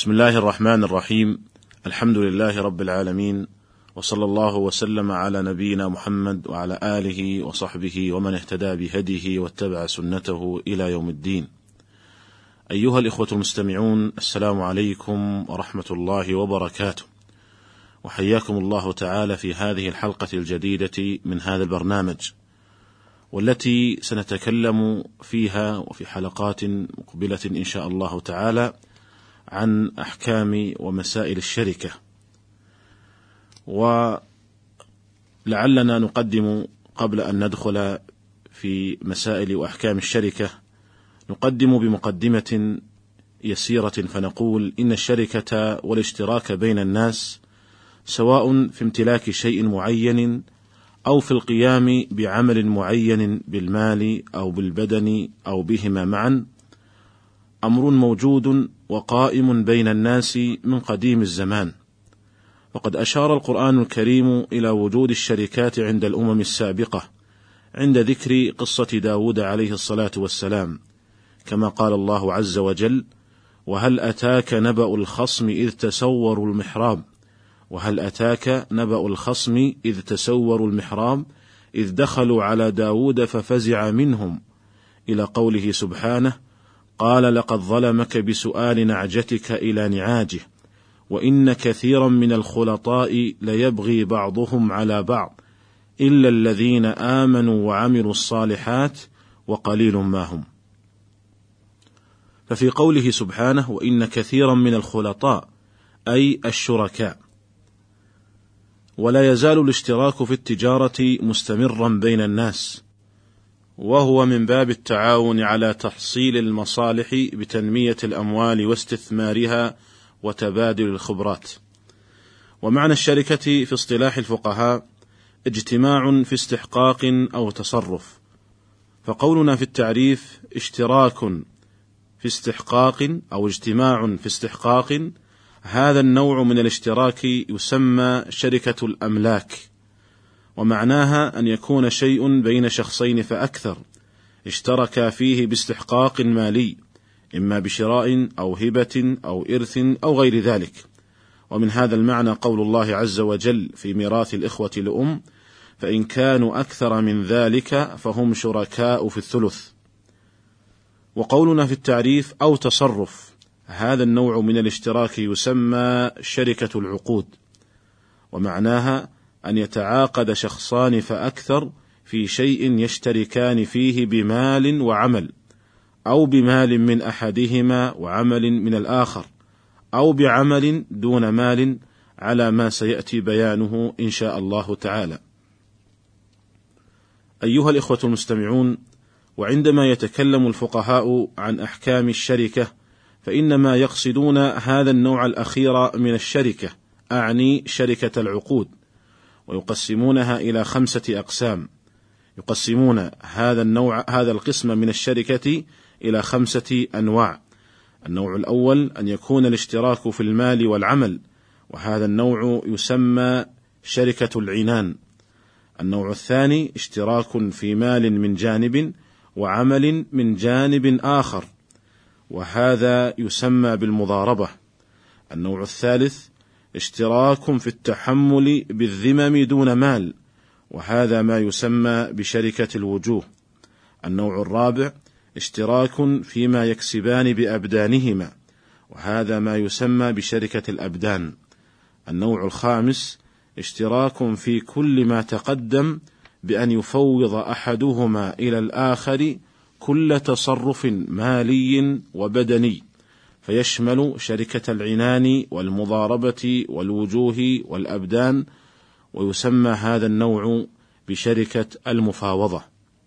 بسم الله الرحمن الرحيم. الحمد لله رب العالمين، وصلى الله وسلم على نبينا محمد وعلى آله وصحبه ومن اهتدى بهديه واتبع سنته إلى يوم الدين. أيها الإخوة المستمعون، السلام عليكم ورحمة الله وبركاته، وحياكم الله تعالى في هذه الحلقة الجديدة من هذا البرنامج، والتي سنتكلم فيها وفي حلقات مقبلة إن شاء الله تعالى عن أحكام ومسائل الشركة. ولعلنا نقدم قبل أن ندخل في مسائل وأحكام الشركة نقدم بمقدمة يسيرة، فنقول إن الشركة والاشتراك بين الناس سواء في امتلاك شيء معين أو في القيام بعمل معين بالمال أو بالبدن أو بهما معا أمر موجود وقائم بين الناس من قديم الزمان. وقد أشار القرآن الكريم إلى وجود الشركات عند الأمم السابقة عند ذكر قصة داود عليه الصلاة والسلام، كما قال الله عز وجل: وهل أتاك نبأ الخصم إذ تسوروا المحراب وهل أتاك نبأ الخصم إذ تسوروا المحراب إذ دخلوا على داود ففزع منهم، إلى قوله سبحانه: قال لقد ظلمك بسؤال نعجتك إلى نعاجه وإن كثيرا من الخلطاء ليبغي بعضهم على بعض إلا الذين آمنوا وعملوا الصالحات وقليل ما هم. ففي قوله سبحانه وإن كثيرا من الخلطاء أي الشركاء. ولا يزال الاشتراك في التجارة مستمرا بين الناس، وهو من باب التعاون على تحصيل المصالح بتنمية الأموال واستثمارها وتبادل الخبرات. ومعنى الشركة في اصطلاح الفقهاء اجتماع في استحقاق أو تصرف، فقولنا في التعريف اشتراك في استحقاق أو اجتماع في استحقاق، هذا النوع من الاشتراك يسمى شركة الأملاك، ومعناها أن يكون شيء بين شخصين فأكثر اشتركا فيه باستحقاق مالي، إما بشراء أو هبة أو إرث أو غير ذلك. ومن هذا المعنى قول الله عز وجل في ميراث الإخوة لأم: فإن كانوا أكثر من ذلك فهم شركاء في الثلث. وقولنا في التعريف أو تصرف، هذا النوع من الاشتراك يسمى شركة العقود، ومعناها أن يتعاقد شخصان فأكثر في شيء يشتركان فيه بمال وعمل، أو بمال من أحدهما وعمل من الآخر، أو بعمل دون مال، على ما سيأتي بيانه إن شاء الله تعالى. أيها الإخوة المستمعون، وعندما يتكلم الفقهاء عن أحكام الشركة فإنما يقصدون هذا النوع الأخير من الشركة، أعني شركة العقود، ويقسمونها إلى 5 أقسام. يقسمون هذا القسم من الشركة إلى 5 أنواع. النوع الأول أن يكون الاشتراك في المال والعمل، وهذا النوع يسمى شركة العنان. النوع الثاني اشتراك في مال من جانب وعمل من جانب آخر، وهذا يسمى بالمضاربة. النوع الثالث اشتراك في التحمل بالذمم دون مال، وهذا ما يسمى بشركة الوجوه. النوع الرابع اشتراك فيما يكسبان بأبدانهما، وهذا ما يسمى بشركة الأبدان. النوع الخامس اشتراك في كل ما تقدم بأن يفوض أحدهما إلى الآخر كل تصرف مالي وبدني، فيشمل شركة العنان والمضاربة والوجوه والأبدان، ويسمى هذا النوع بشركة المفاوضة.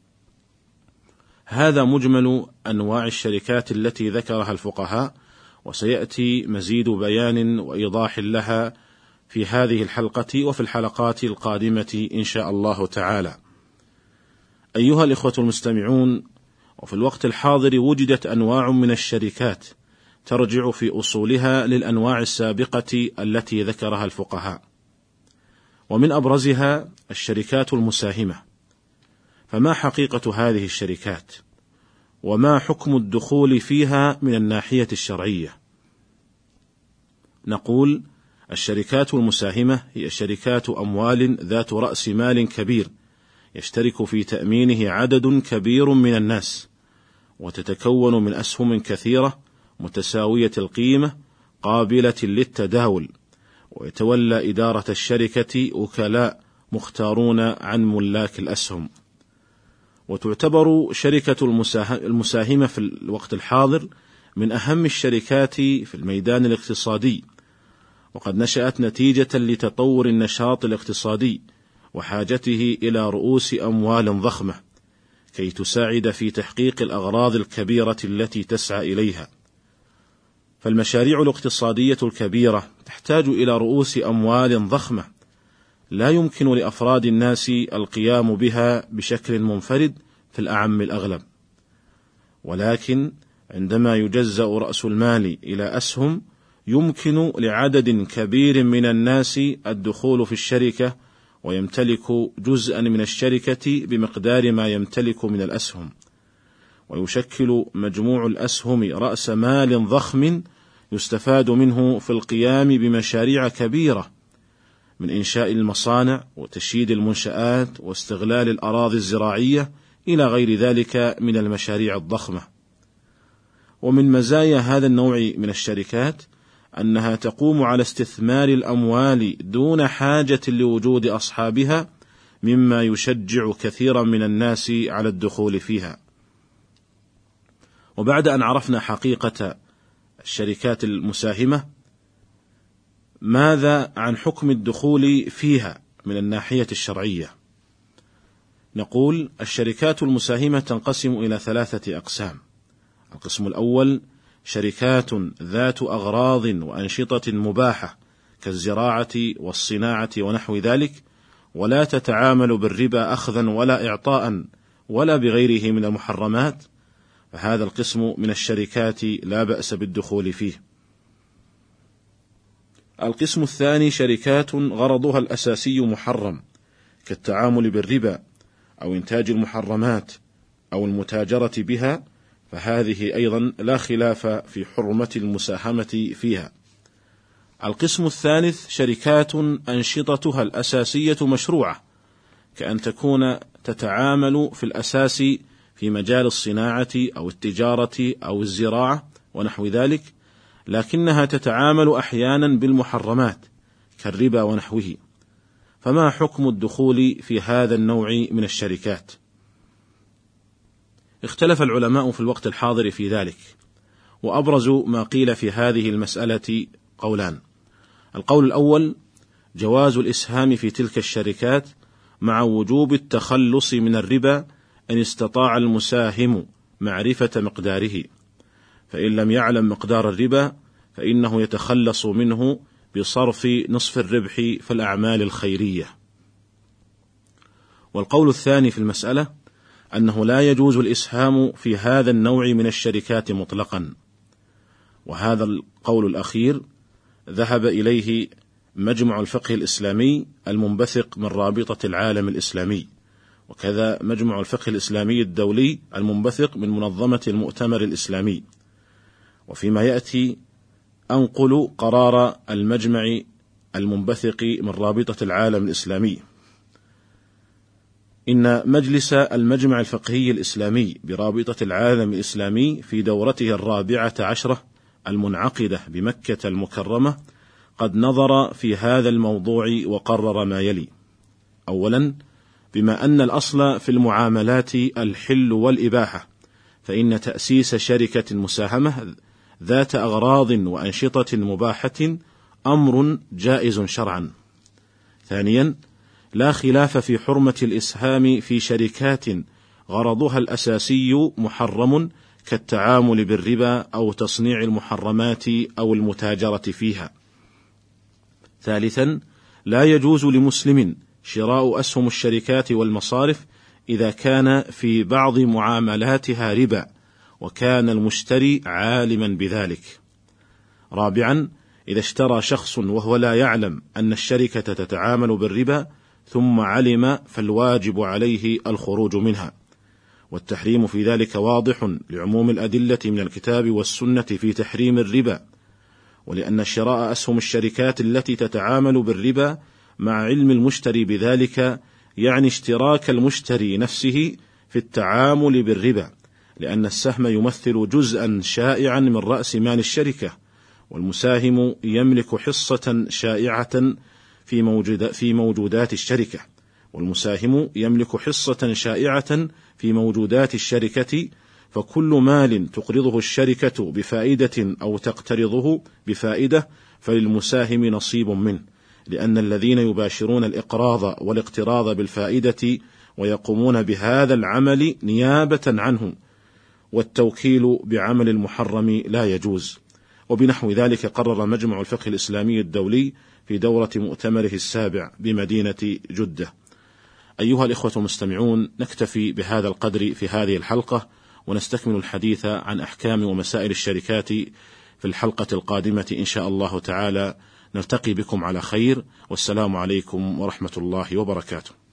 هذا مجمل أنواع الشركات التي ذكرها الفقهاء، وسيأتي مزيد بيان وإيضاح لها في هذه الحلقة وفي الحلقات القادمة إن شاء الله تعالى. أيها الإخوة المستمعون، وفي الوقت الحاضر وجدت أنواع من الشركات ترجع في أصولها للأنواع السابقة التي ذكرها الفقهاء، ومن أبرزها الشركات المساهمة. فما حقيقة هذه الشركات؟ وما حكم الدخول فيها من الناحية الشرعية؟ نقول: الشركات المساهمة هي شركات أموال ذات رأس مال كبير يشترك في تأمينه عدد كبير من الناس، وتتكون من أسهم كثيرة متساوية القيمة قابلة للتداول، ويتولى إدارة الشركة وكلاء مختارون عن ملاك الأسهم. وتعتبر شركة المساهمة في الوقت الحاضر من أهم الشركات في الميدان الاقتصادي، وقد نشأت نتيجة لتطور النشاط الاقتصادي وحاجته إلى رؤوس أموال ضخمة كي تساعد في تحقيق الأغراض الكبيرة التي تسعى إليها. فالمشاريع الاقتصادية الكبيرة تحتاج إلى رؤوس أموال ضخمة لا يمكن لأفراد الناس القيام بها بشكل منفرد في الأعم الأغلب، ولكن عندما يجزأ رأس المال إلى أسهم يمكن لعدد كبير من الناس الدخول في الشركة ويمتلك جزءا من الشركة بمقدار ما يمتلك من الأسهم، ويشكل مجموع الأسهم رأس مال ضخم يستفاد منه في القيام بمشاريع كبيرة، من إنشاء المصانع وتشييد المنشآت واستغلال الأراضي الزراعية إلى غير ذلك من المشاريع الضخمة. ومن مزايا هذا النوع من الشركات أنها تقوم على استثمار الأموال دون حاجة لوجود أصحابها، مما يشجع كثيرا من الناس على الدخول فيها. وبعد أن عرفنا حقيقة الشركات المساهمة، ماذا عن حكم الدخول فيها من الناحية الشرعية؟ نقول: الشركات المساهمة تنقسم إلى 3 أقسام. القسم الأول: شركات ذات أغراض وأنشطة مباحة كالزراعة والصناعة ونحو ذلك، ولا تتعامل بالربا أخذا ولا إعطاء ولا بغيره من المحرمات، فهذا القسم من الشركات لا بأس بالدخول فيه. القسم الثاني: شركات غرضها الأساسي محرم كالتعامل بالربا أو إنتاج المحرمات أو المتاجرة بها، فهذه أيضا لا خلاف في حرمة المساهمة فيها. القسم الثالث: شركات أنشطتها الأساسية مشروعة، كأن تكون تتعامل في الأساس في مجال الصناعة أو التجارة أو الزراعة ونحو ذلك، لكنها تتعامل أحيانا بالمحرمات كالربا ونحوه، فما حكم الدخول في هذا النوع من الشركات؟ اختلف العلماء في الوقت الحاضر في ذلك، وأبرز ما قيل في هذه المسألة قولان. القول الأول: جواز الإسهام في تلك الشركات مع وجوب التخلص من الربا إن استطاع المساهم معرفة مقداره، فإن لم يعلم مقدار الربا فإنه يتخلص منه بصرف نصف الربح في الأعمال الخيرية. والقول الثاني في المسألة أنه لا يجوز الإسهام في هذا النوع من الشركات مطلقا، وهذا القول الأخير ذهب إليه مجمع الفقه الإسلامي المنبثق من رابطة العالم الإسلامي، وكذا مجمع الفقه الإسلامي الدولي المنبثق من منظمة المؤتمر الإسلامي. وفيما يأتي أنقل قرار المجمع المنبثق من رابطة العالم الإسلامي: إن مجلس المجمع الفقهي الإسلامي برابطة العالم الإسلامي في دورته 14 المنعقدة بمكة المكرمة قد نظر في هذا الموضوع وقرر ما يلي: أولا، بما أن الأصل في المعاملات الحل والإباحة، فإن تأسيس شركة مساهمة ذات أغراض وأنشطة مباحة أمر جائز شرعا. ثانيا، لا خلاف في حرمة الإسهام في شركات غرضها الأساسي محرم كالتعامل بالربا أو تصنيع المحرمات أو المتاجرة فيها. ثالثا، لا يجوز لمسلم شراء أسهم الشركات والمصارف إذا كان في بعض معاملاتها ربا وكان المشتري عالما بذلك. رابعا، إذا اشترى شخص وهو لا يعلم أن الشركة تتعامل بالربا ثم علم فالواجب عليه الخروج منها، والتحريم في ذلك واضح لعموم الأدلة من الكتاب والسنة في تحريم الربا، ولأن شراء أسهم الشركات التي تتعامل بالربا مع علم المشتري بذلك يعني اشتراك المشتري نفسه في التعامل بالربا، لأن السهم يمثل جزءا شائعا من رأس مال الشركة، والمساهم يملك حصة شائعة في موجودات الشركة، والمساهم يملك حصة شائعة في موجودات الشركة، فكل مال تقرضه الشركة بفائدة أو تقترضه بفائدة فللمساهم نصيب منه، لأن الذين يباشرون الإقراض والاقتراض بالفائدة ويقومون بهذا العمل نيابة عنه، والتوكيل بعمل المحرم لا يجوز. وبنحو ذلك قرر مجمع الفقه الإسلامي الدولي في دورة مؤتمره السابع بمدينة جدة. أيها الإخوة المستمعون، نكتفي بهذا القدر في هذه الحلقة، ونستكمل الحديث عن أحكام ومسائل الشركات في الحلقة القادمة إن شاء الله تعالى. نلتقي بكم على خير، والسلام عليكم ورحمة الله وبركاته.